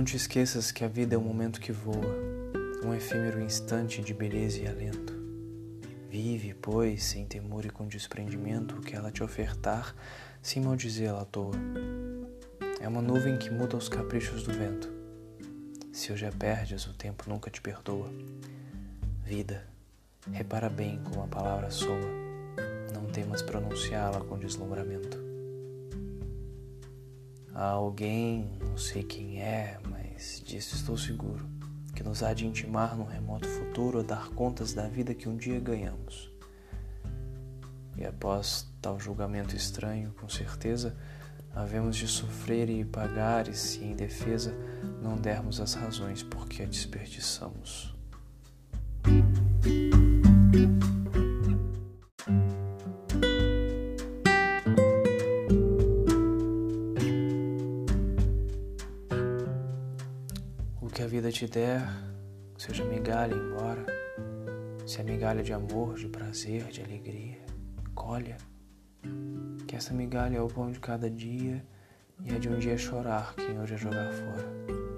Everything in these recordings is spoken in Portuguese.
te esqueças que a vida é um momento que voa, um efêmero instante de beleza e alento. Vive, pois, sem temor e com desprendimento o que ela te ofertar, sem maldizê-la à toa. É uma nuvem que muda os caprichos do vento. Se hoje a perdes, o tempo nunca te perdoa. Vida, repara bem como a palavra soa, não temas pronunciá-la com deslumbramento. Há alguém, não sei quem é, mas disso estou seguro, que nos há de intimar num remoto futuro a dar contas da vida que um dia ganhamos. E após tal julgamento estranho, com certeza, havemos de sofrer e pagar, e se em defesa não dermos as razões por que a desperdiçamos. O que a vida te der, seja migalha embora, se é migalha de amor, de prazer, de alegria, colha, que essa migalha é o pão de cada dia e é de um dia chorar quem hoje é jogar fora.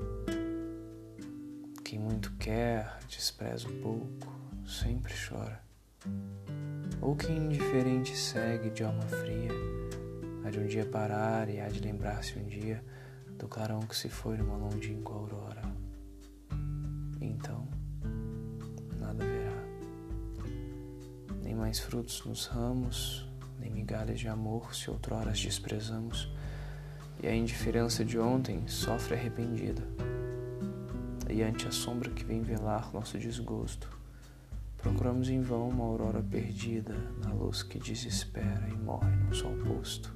Quem muito quer, despreza o pouco, sempre chora. Ou quem indiferente segue de alma fria, há de um dia parar e há de lembrar-se um dia do clarão que se foi numa longínqua aurora. Então, nada haverá, nem mais frutos nos ramos, nem migalhas de amor se outrora as desprezamos, e a indiferença de ontem sofre arrependida. E ante a sombra que vem velar nosso desgosto, procuramos em vão uma aurora perdida na luz que desespera e morre no sol posto.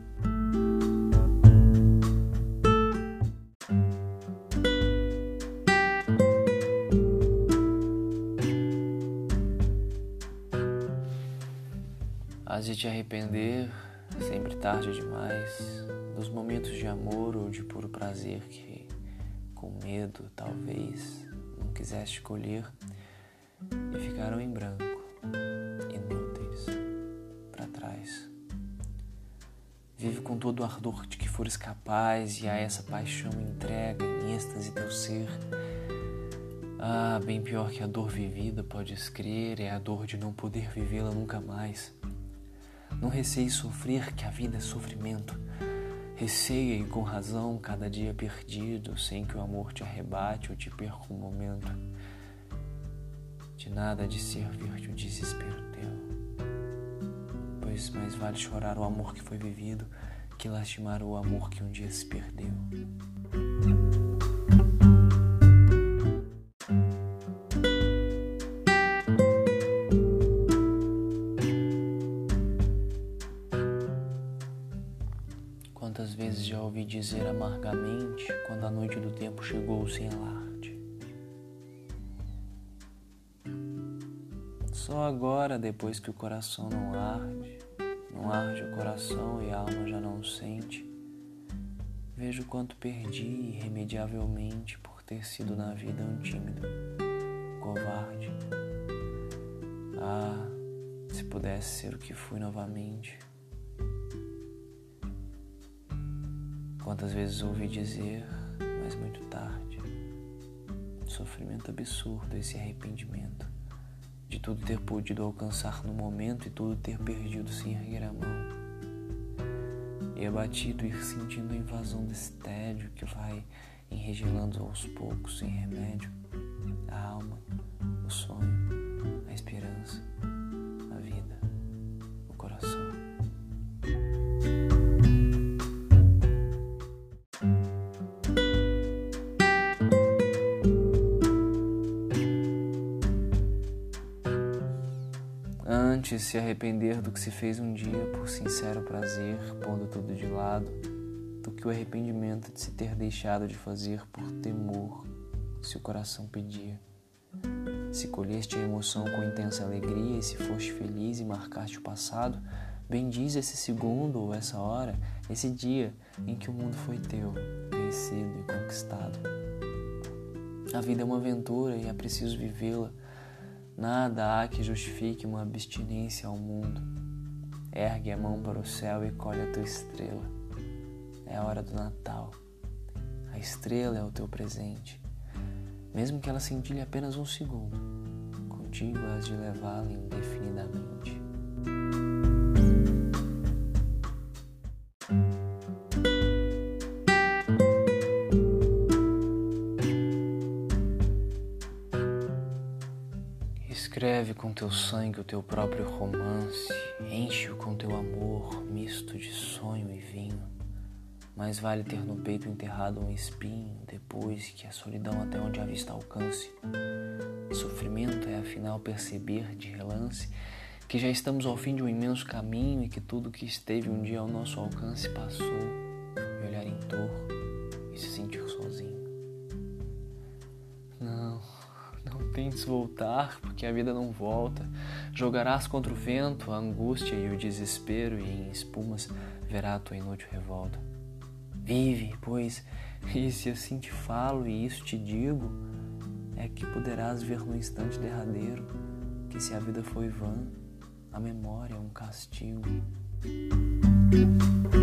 Hás de te arrepender, sempre tarde demais, dos momentos de amor ou de puro prazer que, com medo, talvez, não quiseste colher e ficaram em branco, inúteis, para trás. Vive com todo o ardor de que fores capaz e a essa paixão entrega em êxtase teu ser. Ah, bem pior que a dor vivida, podes crer, é a dor de não poder vivê-la nunca mais. Não receies sofrer, que a vida é sofrimento. Receia e com razão cada dia perdido, sem que o amor te arrebate ou te perca um momento. De nada há de servir-te o desespero teu, pois mais vale chorar o amor que foi vivido que lastimar o amor que um dia se perdeu. Quantas vezes já ouvi dizer amargamente quando a noite do tempo chegou sem alarde. Só agora, depois que o coração não arde o coração e a alma já não sente, vejo quanto perdi irremediavelmente por ter sido na vida um tímido, covarde. Ah, se pudesse ser o que fui novamente. Quantas vezes ouvi dizer, mas muito tarde, sofrimento absurdo esse arrependimento, de tudo ter podido alcançar no momento e tudo ter perdido sem erguer a mão. E abatido ir sentindo a invasão desse tédio que vai enregelando aos poucos, sem remédio, a alma, o sonho, a esperança, a vida, o coração. Antes se arrepender do que se fez um dia por sincero prazer, pondo tudo de lado, do que o arrependimento de se ter deixado de fazer por temor, se o coração pedia. Se colheste a emoção com intensa alegria e se foste feliz e marcaste o passado, bendize esse segundo ou essa hora, esse dia em que o mundo foi teu, vencido e conquistado. A vida é uma aventura e é preciso vivê-la. Nada há que justifique uma abstinência ao mundo. Ergue a mão para o céu e colhe a tua estrela. É a hora do Natal, a estrela é o teu presente. Mesmo que ela cintile apenas um segundo, contigo has de levá-la indefinidamente. Escreve com teu sangue o teu próprio romance, enche-o com teu amor, misto de sonho e vinho. Mais vale ter no peito enterrado um espinho, depois que a solidão até onde a vista alcance. Sofrimento é afinal perceber de relance que já estamos ao fim de um imenso caminho e que tudo que esteve um dia ao nosso alcance passou, e olhar em torno e se sentir sozinho. Não tentes voltar, porque a vida não volta. Jogarás contra o vento a angústia e o desespero, e em espumas verá a tua inútil revolta. Vive, pois, e se assim te falo e isso te digo, é que poderás ver no instante derradeiro que se a vida foi vã, a memória é um castigo.